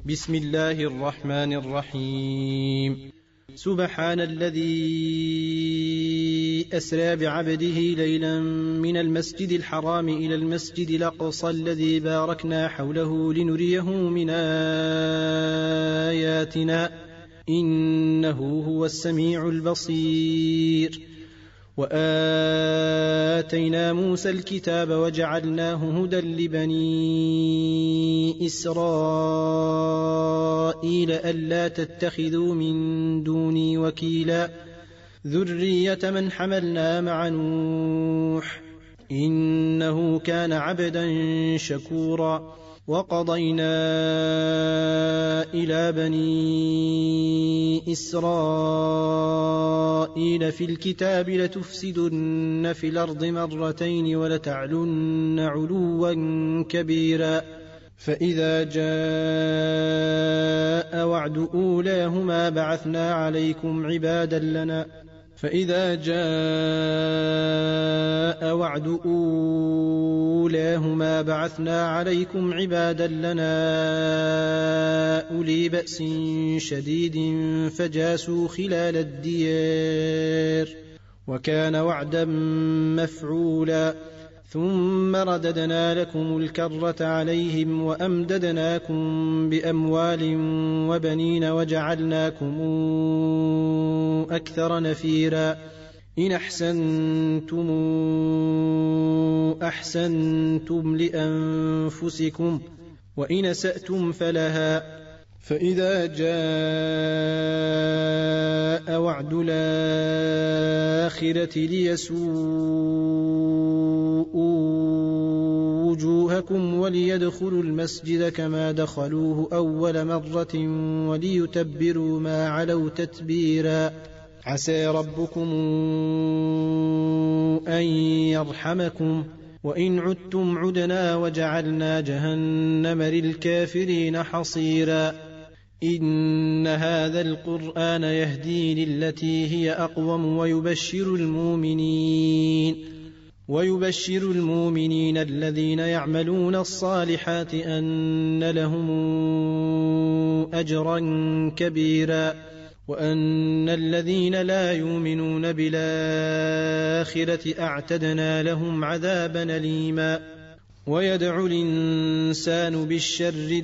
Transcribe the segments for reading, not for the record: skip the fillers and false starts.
بسم الله الرحمن الرحيم. سبحان الذي أسرى بعبده ليلا من المسجد الحرام إلى المسجد الأقصى الذي باركنا حوله لنريه من آياتنا إنه هو السميع البصير. وآتينا موسى الكتاب وجعلناه هدى لبني إسرائيل ألا تتخذوا من دوني وكيلا ذرية من حملنا مع نوح إنه كان عبدا شكورا. وقضينا إلى بني إسرائيل في الكتاب لتفسدن في الأرض مرتين ولتعلن علوا كبيرا. فإذا جاء وعد أولاهما بعثنا عليكم عبادا لنا أولي بأس شديد فجاسوا خلال الديار وكان وعدا مفعولا. ثم رددنا لكم الكرة عليهم وأمددناكم بأموال وبنين وجعلناكم أكثر نفيرا. إن أحسنتم لأنفسكم وإن أسأتم فلها. فإذا جاء وعد الآخرة ليسوءوا وجوهكم وليدخلوا المسجد كما دخلوه أول مرة وليتبروا ما علوا تتبيرا. عسى ربكم أن يرحمكم وإن عدتم عدنا وجعلنا جهنم للكافرين حصيرا. إن هذا القرآن يهدي للتي هي أقوم ويبشر المؤمنين الذين يعملون الصالحات أن لهم أجرا كبيرا وأن الذين لا يؤمنون بالآخرة أعتدنا لهم عذابا أليما. ويدعو الإنسان بالشر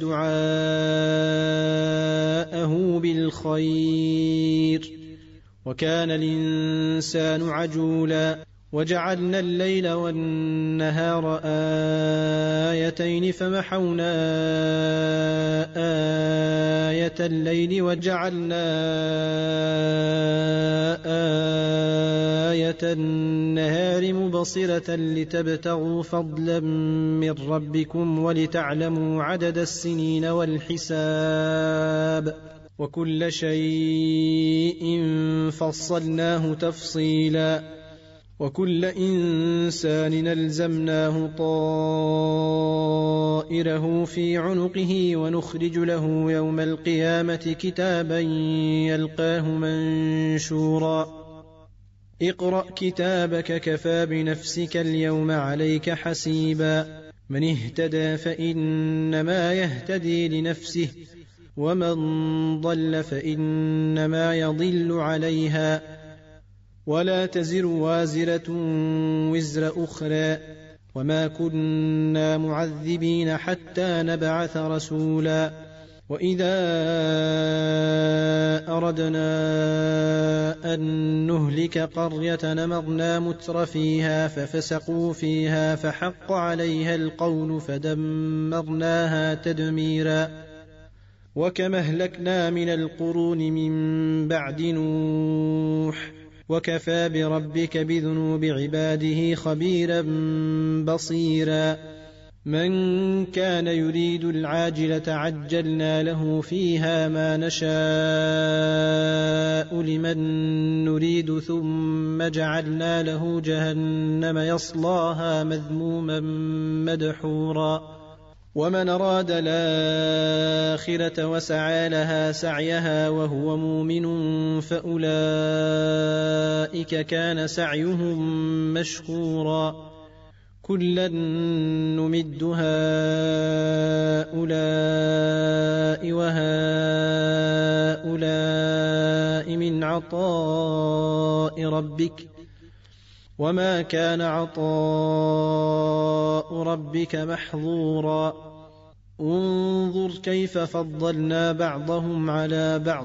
دعاءه بالخير وكان الإنسان عجولا. وجعلنا الليل والنهار آيتين فمحونا آية الليل وجعلنا آية النهار مبصرة لتبتغوا فضلا من ربكم ولتعلموا عدد السنين والحساب وكل شيء فصلناه تفصيلا. وكل إنسان ألزمناه طائره في عنقه ونخرج له يوم القيامة كتابا يلقاه منشورا. اقرأ كتابك كفى بنفسك اليوم عليك حسيبا. من اهتدى فإنما يهتدي لنفسه ومن ضل فإنما يضل عليها ولا تزر وازرة وزر أخرى وما كنا معذبين حتى نبعث رسولا. وإذا أردنا أن نهلك قرية أمرنا متر فيها ففسقوا فيها فحق عليها القول فدمرناها تدميرا. وكما أهلكنا من القرون من بعد نوح وكفى بربك بذنوب عباده خبيرا بصيرا. من كان يريد العاجلة عجلنا له فيها ما نشاء لمن نريد ثم جعلنا له جهنم يصلاها مذموما مدحورا. ومن أراد الآخرة وسعى لها سعيها وهو مؤمن فأولئك كان سعيهم مشكورا. كلا نمد هؤلاء كان عطاء ربك محظورا انظر كيف فضلنا بعضهم على بعض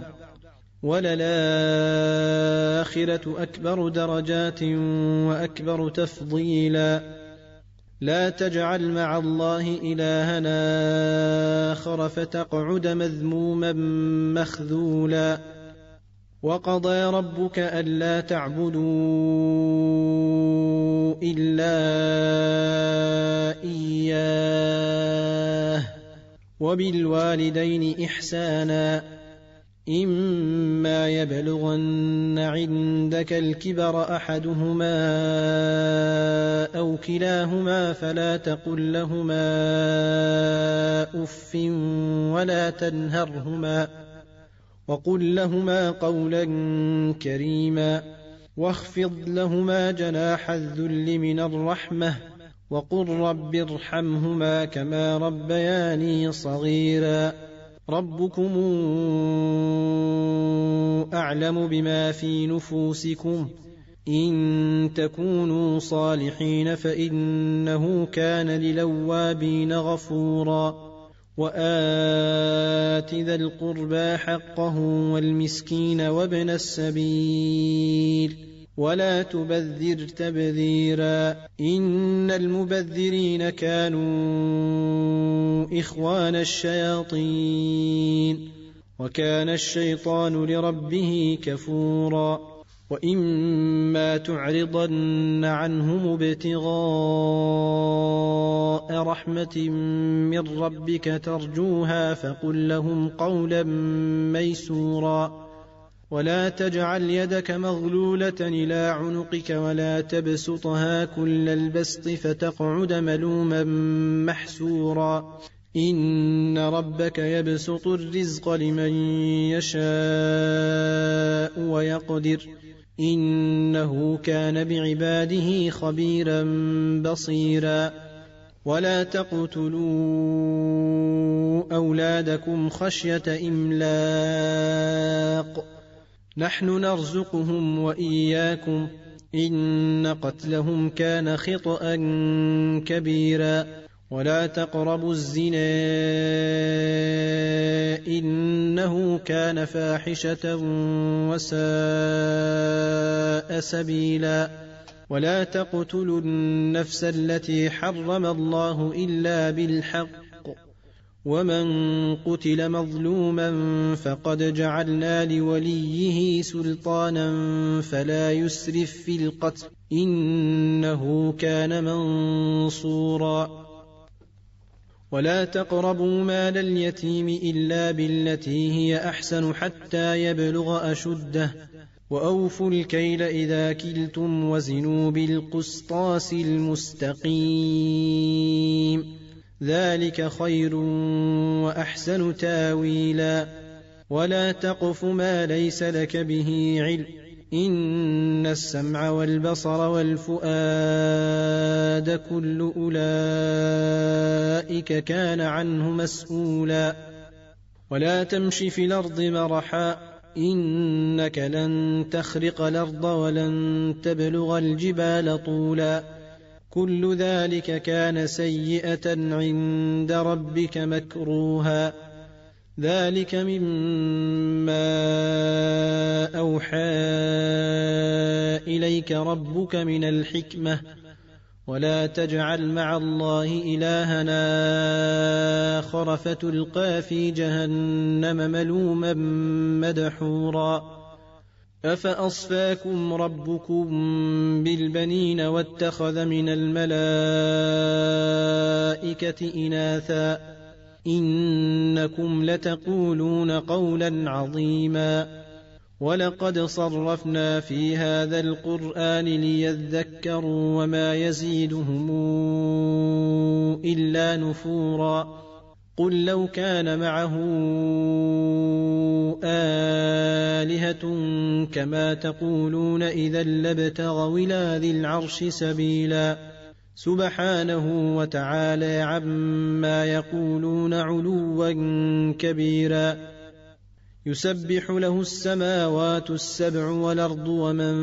وللآخرة أكبر درجات وأكبر تفضيلا لا تجعل مع الله إلهنا آخر فتقعد مذموما مخذولا وقضى ربك ألا تعبدوا إلا إياه وبالوالدين إحسانا إما يبلغن عندك الكبر أحدهما أو كلاهما فلا تقل لهما أف ولا تنهرهما وقل لهما قولا كريما واخفض لهما جناح الذل من الرحمة وقل رب ارحمهما كما ربياني صغيرا ربكم أعلم بما في نفوسكم إن تكونوا صالحين فإنه كان للأوابين غفورا وآت ذا القربى حقه والمسكين وابن السبيل ولا تبذر تبذيرا إن المبذرين كانوا إخوان الشياطين وكان الشيطان لربه كفورا وإما تعرضن عنهم ابتغاء رحمة من ربك ترجوها فقل لهم قولا ميسورا ولا تجعل يدك مغلولة إلى عنقك ولا تبسطها كل البسط فتقعد ملوما محسورا إن ربك يبسط الرزق لمن يشاء ويقدر إنه كان بعباده خبيرا بصيرا ولا تقتلوا أولادكم خشية إملاق نحن نرزقهم وإياكم إن قتلهم كان خطأ كبيرا ولا تقربوا الزنا إنه كان فاحشة وساء سبيلا ولا تقتلوا النفس التي حرم الله إلا بالحق ومن قتل مظلوما فقد جعلنا لوليه سلطانا فلا يسرف في القتل إنه كان منصورا ولا تقربوا مال اليتيم إلا بالتي هي أحسن حتى يبلغ أشده وأوفوا الكيل إذا كلتم وزنوا بالقسطاس المستقيم ذلك خير وأحسن تاويلا ولا تقف ما ليس لك به علم إن السمع والبصر والفؤاد كل أولئك كان عنه مسؤولا ولا تمش في الأرض مرحا إنك لن تخرق الأرض ولن تبلغ الجبال طولا كل ذلك كان سيئة عند ربك مكروها ذلك مما أوحى إليك ربك من الحكمة ولا تجعل مع الله إلهنا آخر فتلقى في جهنم ملوما مدحورا أفأصفاكم ربكم بالبنين واتخذ من الملائكة إناثا إنكم لتقولون قولا عظيما ولقد صرفنا في هذا القرآن ليذكروا وما يزيدهم إلا نفورا قل لو كان معه آلهة كما تقولون إذا لابتغوا إلى ذي العرش سبيلا سبحانه وتعالى عما يقولون علوا كبيرا يسبح له السماوات السبع والأرض ومن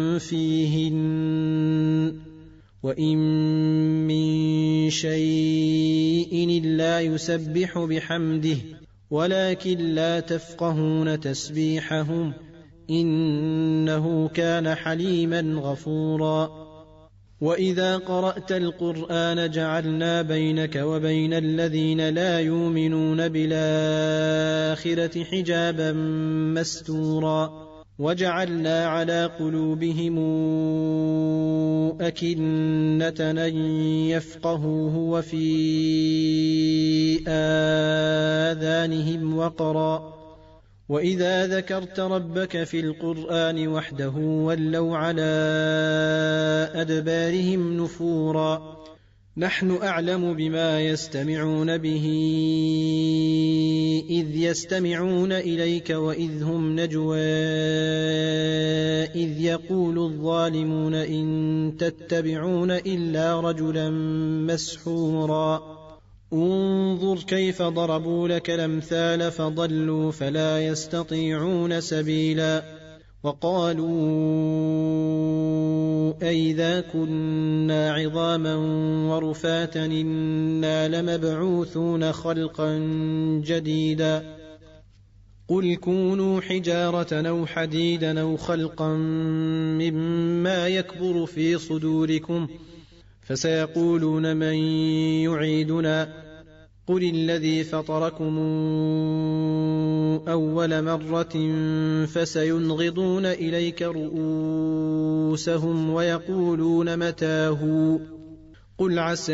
فيهن وإن من شيء إلا يسبح بحمده ولكن لا تفقهون تسبيحهم إنه كان حليما غفورا وإذا قرأت القرآن جعلنا بينك وبين الذين لا يؤمنون بالآخرة حجابا مستورا وجعلنا على قلوبهم أكنة أن يفقهوه وفي آذانهم وقرا وإذا ذكرت ربك في القرآن وحده ولوا على أدبارهم نفورا نحن أعلم بما يستمعون به إذ يستمعون إليك وإذ هم نجوى إذ يقول الظالمون إن تتبعون إلا رجلا مسحورا انظر كيف ضربوا لك الأمثال فضلوا فلا يستطيعون سبيلا وقالوا أئذا كنا عظاما ورفاتا إنا لمبعوثون خلقا جديدا قل كونوا حجارة أو حديدا أو خلقا مما يكبر في صدوركم فسيقولون من يعيدنا قل الذي فطركم أول مرة فسينغضون إليك رؤوسهم ويقولون متاه قل عسى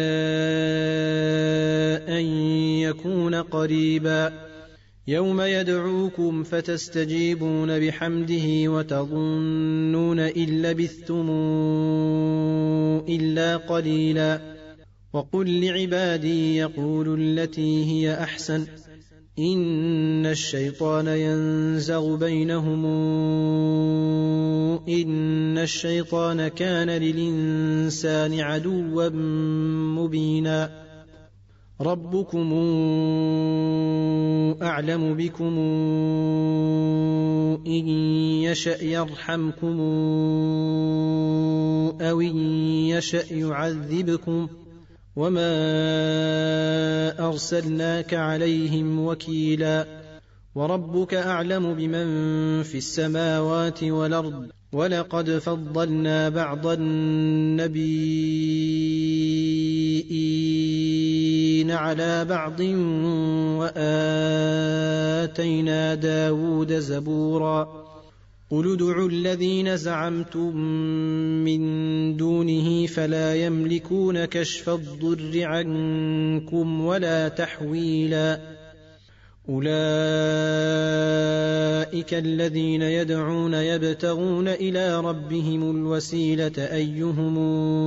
أن يكون قريبا يوم يدعوكم فتستجيبون بحمده وتظنون إن لبثتم إلا قليلا وقل لعبادي يقولوا التي هي أحسن إن الشيطان ينزغ بينهم إن الشيطان كان للإنسان عدوا مبينا ربكم أعلم بكم إن يشأ يرحمكم أو إن يشأ يعذبكم وما أرسلناك عليهم وكيلا وربك أعلم بمن في السماوات والأرض ولقد فضلنا بعض النبيين على بعض وآتينا داود زبورا قل ادعوا الذين زعمتم من دونه فلا يملكون كشف الضر عنكم ولا تحويلا أولئك الذين يدعون يبتغون إلى ربهم الوسيلة أيهم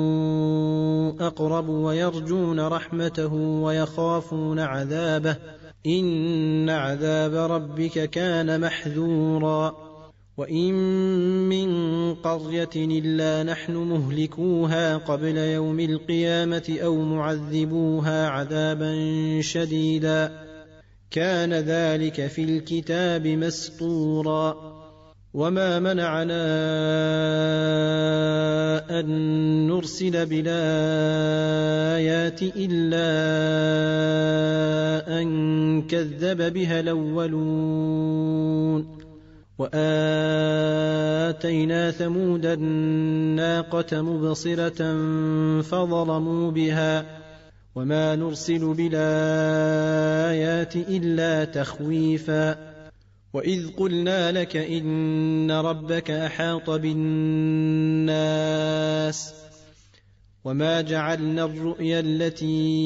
أقرب ويرجون رحمته ويخافون عذابه إن عذاب ربك كان محذورا وإن من قرية إلا نحن مهلكوها قبل يوم القيامة أو معذبوها عذابا شديدا كان ذلك في الكتاب مسطورا وما منعنا أن نرسل بالآيات إلا أن كذب بها الأولون وآتينا ثمود الناقة مبصرة فظلموا بها وما نرسل بالآيات إلا تخويفا وإذ قلنا لك إن ربك أحاط بالناس وما جعلنا الرؤيا التي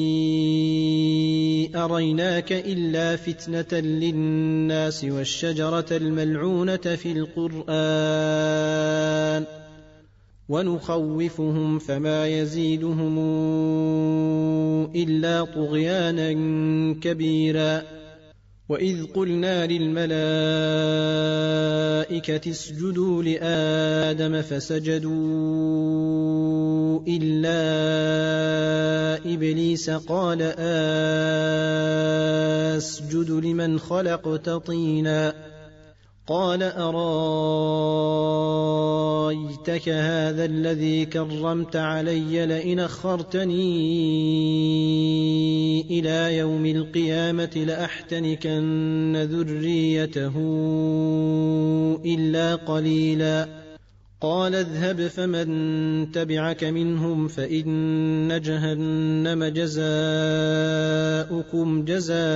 أريناك إلا فتنة للناس والشجرة الملعونة في القرآن ونخوفهم فما يزيدهم إلا طغيانا كبيرا وإذ قلنا للملائكة اسجدوا لآدم فسجدوا إلا إبليس قال أسجد لمن خلقت طينا قال أرايتك هذا الذي كرمت علي لئن أخرتني إلى يوم القيامة لأحتنكن ذريته إلا قليلا قال اذهب فمن تبعك منهم فإن جهنم جزاؤكم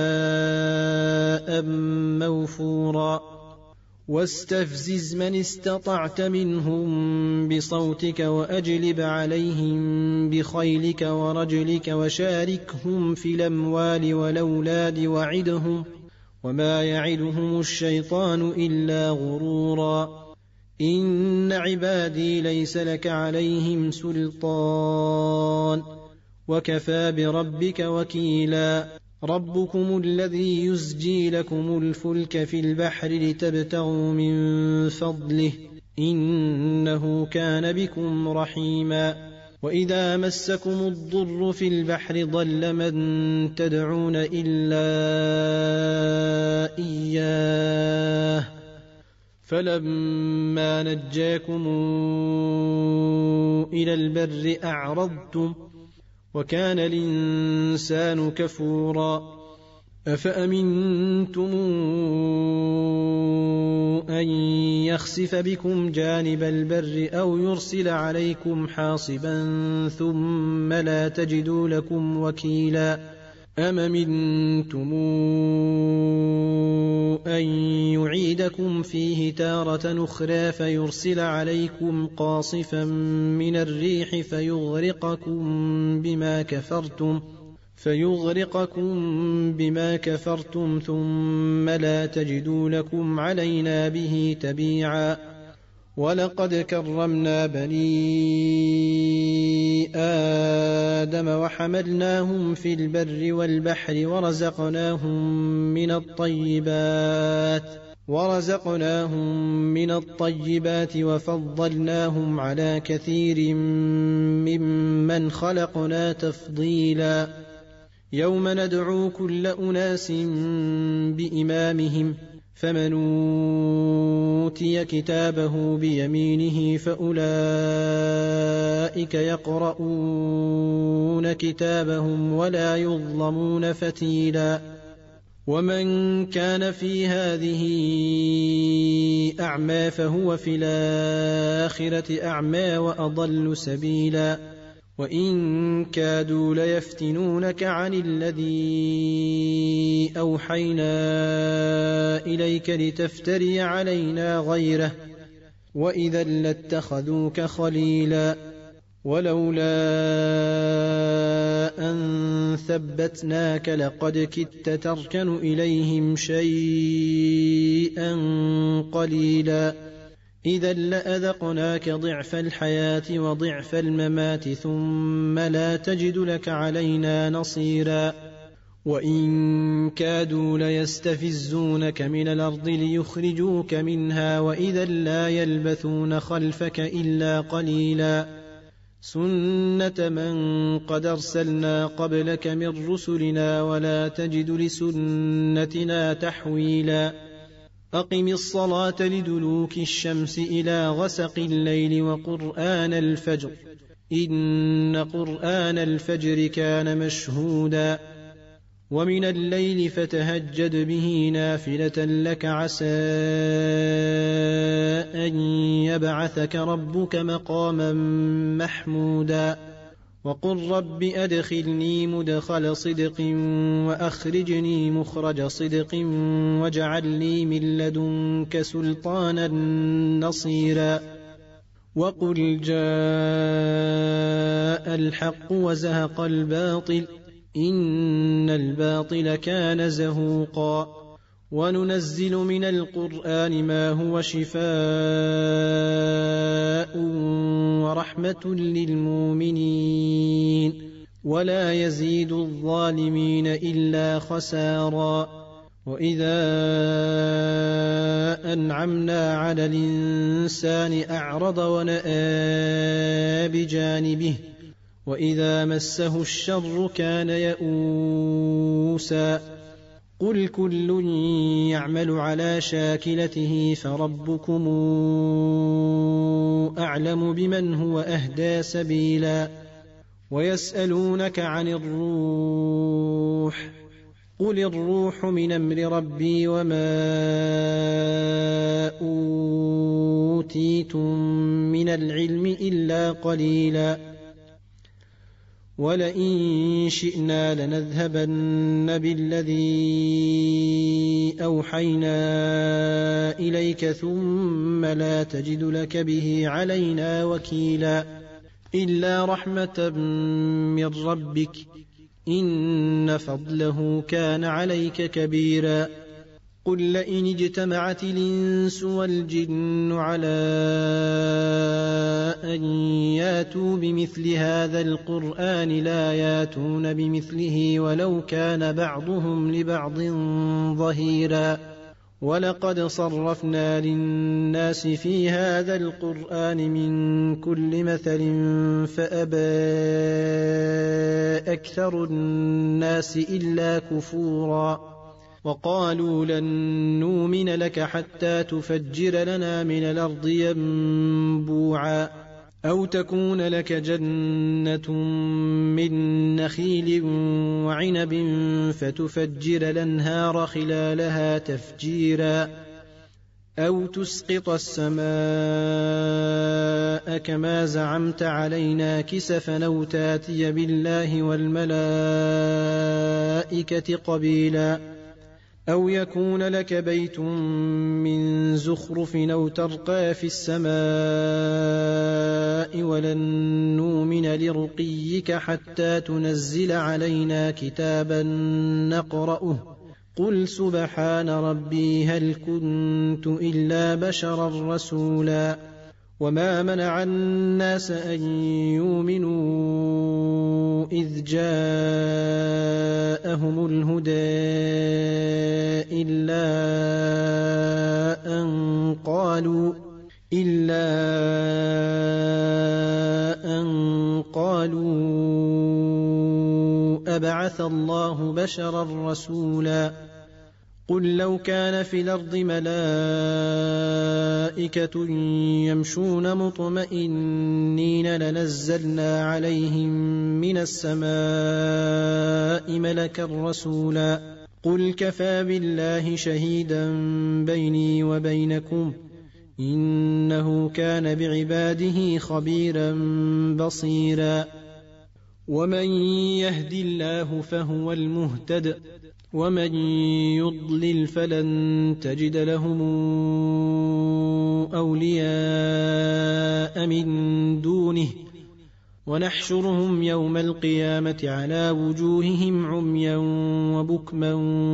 جزاء موفورا واستفزز من استطعت منهم بصوتك وأجلب عليهم بخيلك ورجلك وشاركهم في الأموال والأولاد وعدهم وما يعدهم الشيطان إلا غرورا إن عبادي ليس لك عليهم سلطان وكفى بربك وكيلا ربكم الذي يزجي لكم الفلك في البحر لتبتغوا من فضله إنه كان بكم رحيما وإذا مسكم الضر في البحر ضل من تدعون إلا إياه فلما نجاكم إلى البر أعرضتم وكان الإنسان كفورا أفأمنتم أن يخسف بكم جانب البر أو يرسل عليكم حاصبا ثم لا تجدوا لكم وكيلا أم أمنتم أن يعيدكم فيه تارة أخرى فيرسل عليكم قاصفا من الريح فيغرقكم بما كفرتم ثم لا تجدوا لكم علينا به تبيعا ولقد كرمنا بني آدم وحملناهم في البر والبحر ورزقناهم من الطيبات وفضلناهم على كثير ممن خلقنا تفضيلا يوم ندعو كل أناس بإمامهم فمن أوتي كتابه بيمينه فأولئك يقرؤون كتابهم ولا يظلمون فتيلا ومن كان في هذه أعمى فهو في الآخرة أعمى وأضل سبيلا وإن كادوا ليفتنونك عن الذي أوحينا إليك لتفتري علينا غيره وإذا لاتخذوك خليلا ولولا أن ثبتناك لقد كدت تركن إليهم شيئا قليلا إذا لأذقناك ضعف الحياة وضعف الممات ثم لا تجد لك علينا نصيرا وإن كادوا ليستفزونك من الأرض ليخرجوك منها وإذا لا يلبثون خلفك إلا قليلا سنة من قد أرسلنا قبلك من رسلنا ولا تجد لسنتنا تحويلا أقم الصلاة لدلوك الشمس إلى غسق الليل وقرآن الفجر إن قرآن الفجر كان مشهودا ومن الليل فتهجد به نافلة لك عسى أن يبعثك ربك مقاما محمودا وقل رب أدخلني مدخل صدق وأخرجني مخرج صدق واجعل لي من لدنك سلطانا نصيرا وقل جاء الحق وزهق الباطل إن الباطل كان زهوقا وننزل من القرآن ما هو شفاء ورحمة للمؤمنين ولا يزيد الظالمين إلا خسارا وإذا أنعمنا على الإنسان الإنسان أعرض ونأى بجانبه وإذا مسه الشر كان يئوسا قل كل يعمل على شاكلته فربكم أعلم بمن هو أهدى سبيلا ويسألونك عن الروح قل الروح من أمر ربي وما أوتيتم من العلم إلا قليلا ولئن شئنا لنذهبن بالذي أوحينا إليك ثم لا تجد لك به علينا وكيلا إلا رحمة من ربك إن فضله كان عليك كبيرا قل لئن اجتمعت الإنس والجن على أن ياتوا بمثل هذا القرآن لا ياتون بمثله ولو كان بعضهم لبعض ظهيرا ولقد صرفنا للناس في هذا القرآن من كل مثل فأبى أكثر الناس إلا كفورا وقالوا لن نؤمن لك حتى تفجر لنا من الأرض ينبوعا أو تكون لك جنة من نخيل وعنب فتفجر الأنهار خلالها تفجيرا أو تسقط السماء كما زعمت علينا كسفا أو تاتي بالله والملائكة قبيلا أو يكون لك بيت من زخرف أو ترقى في السماء ولن نؤمن لرقيك حتى تنزل علينا كتابا نقرأه قل سبحان ربي هل كنت إلا بشرا رسولا وما منع الناس أن يؤمنوا إذ جاءهم الهدى إلا أن قالوا أبعث الله بشرا رسولا قل لو كان في الأرض ملائكة يمشون مطمئنين لنزلنا عليهم من السماء ملكا رسولا قل كفى بالله شهيدا بيني وبينكم إنه كان بعباده خبيرا بصيرا ومن يهد الله فهو المهتد ومن يضلل فلن تجد لهم أولياء من دونه ونحشرهم يوم القيامة على وجوههم عميا وبكما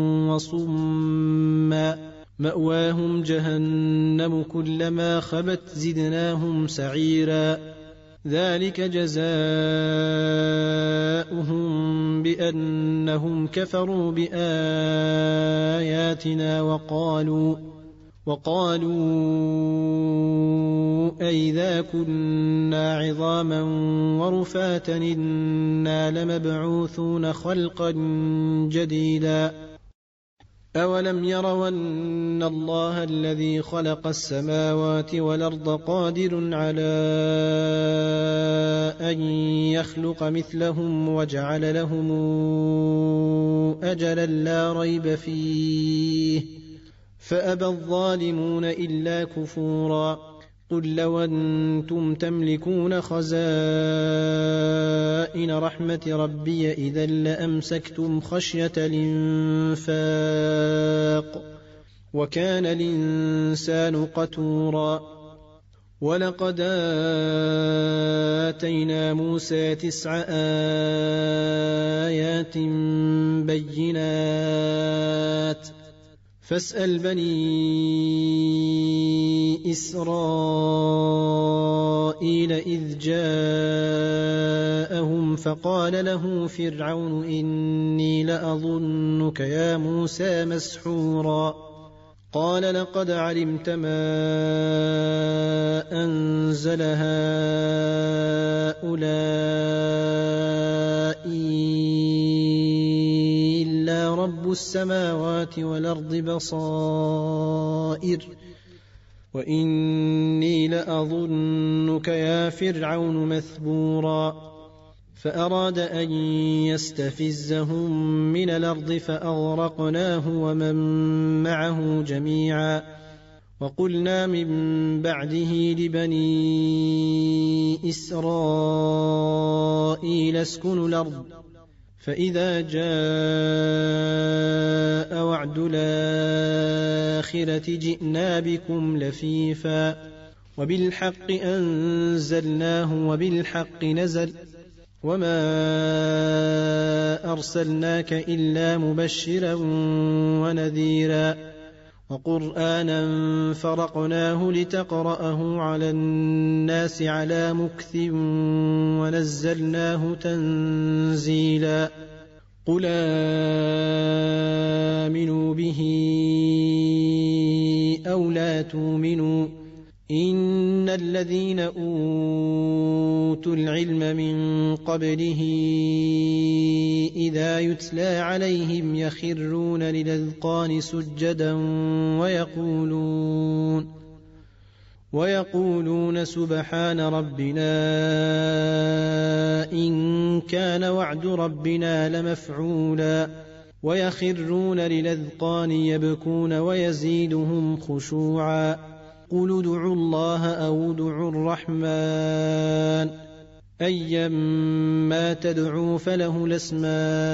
وصما مأواهم جهنم كلما خبت زدناهم سعيرا ذلك جزاؤهم بأنهم كفروا بآياتنا وقالوا أئذا كنا عظاما ورفاتا إنا لمبعوثون خلقا جديدا أولم يروا أن الله الذي خلق السماوات والأرض قادر على أن يخلق مثلهم وجعل لهم أجلا لا ريب فيه فأبى الظالمون إلا كفورا قل لو أنتم تملكون خزائن رحمة ربي إذا لأمسكتم خشية الإنفاق وكان الإنسان قتورا ولقد آتينا موسى 9 آيات بينات فاسأل بني إسرائيل إذ جاءهم فقال له فرعون إني لأظنك يا موسى مسحورا قال لقد علمت ما أنزل هؤلاء إلا رب السماوات والأرض بصائر وإني لأظنك يا فرعون مثبورا فأراد أن يستفزهم من الأرض فأغرقناه ومن معه جميعا وقلنا من بعده لبني إسرائيل اسكنوا الأرض فإذا جاء وعد الآخرة جئنا بكم لفيفا وبالحق أنزلناه وبالحق نزل وما أرسلناك إلا مبشرا ونذيرا وقرآنا فرقناه لتقرأه على الناس على مكث ونزلناه تنزيلا قل آمنوا به أو لا تؤمنوا إن الذين أوتوا العلم من قبله إذا يتلى عليهم يخرون للأذقان سجدا ويقولون سبحان ربنا إن كان وعد ربنا لمفعولا ويخرون للأذقان يبكون ويزيدهم خشوعا قل ادعوا الله أو ادعوا الرحمن أيما تدعوا فله الأسماء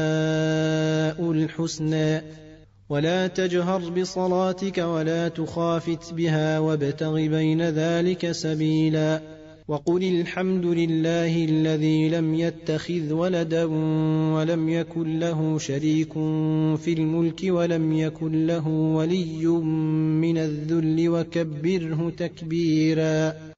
الحسنى ولا تجهر بصلاتك ولا تخافت بها وابتغ بين ذلك سبيلا وقل الحمد لله الذي لم يتخذ ولدا ولم يكن له شريك في الملك ولم يكن له ولي من الذل وكبره تكبيرا.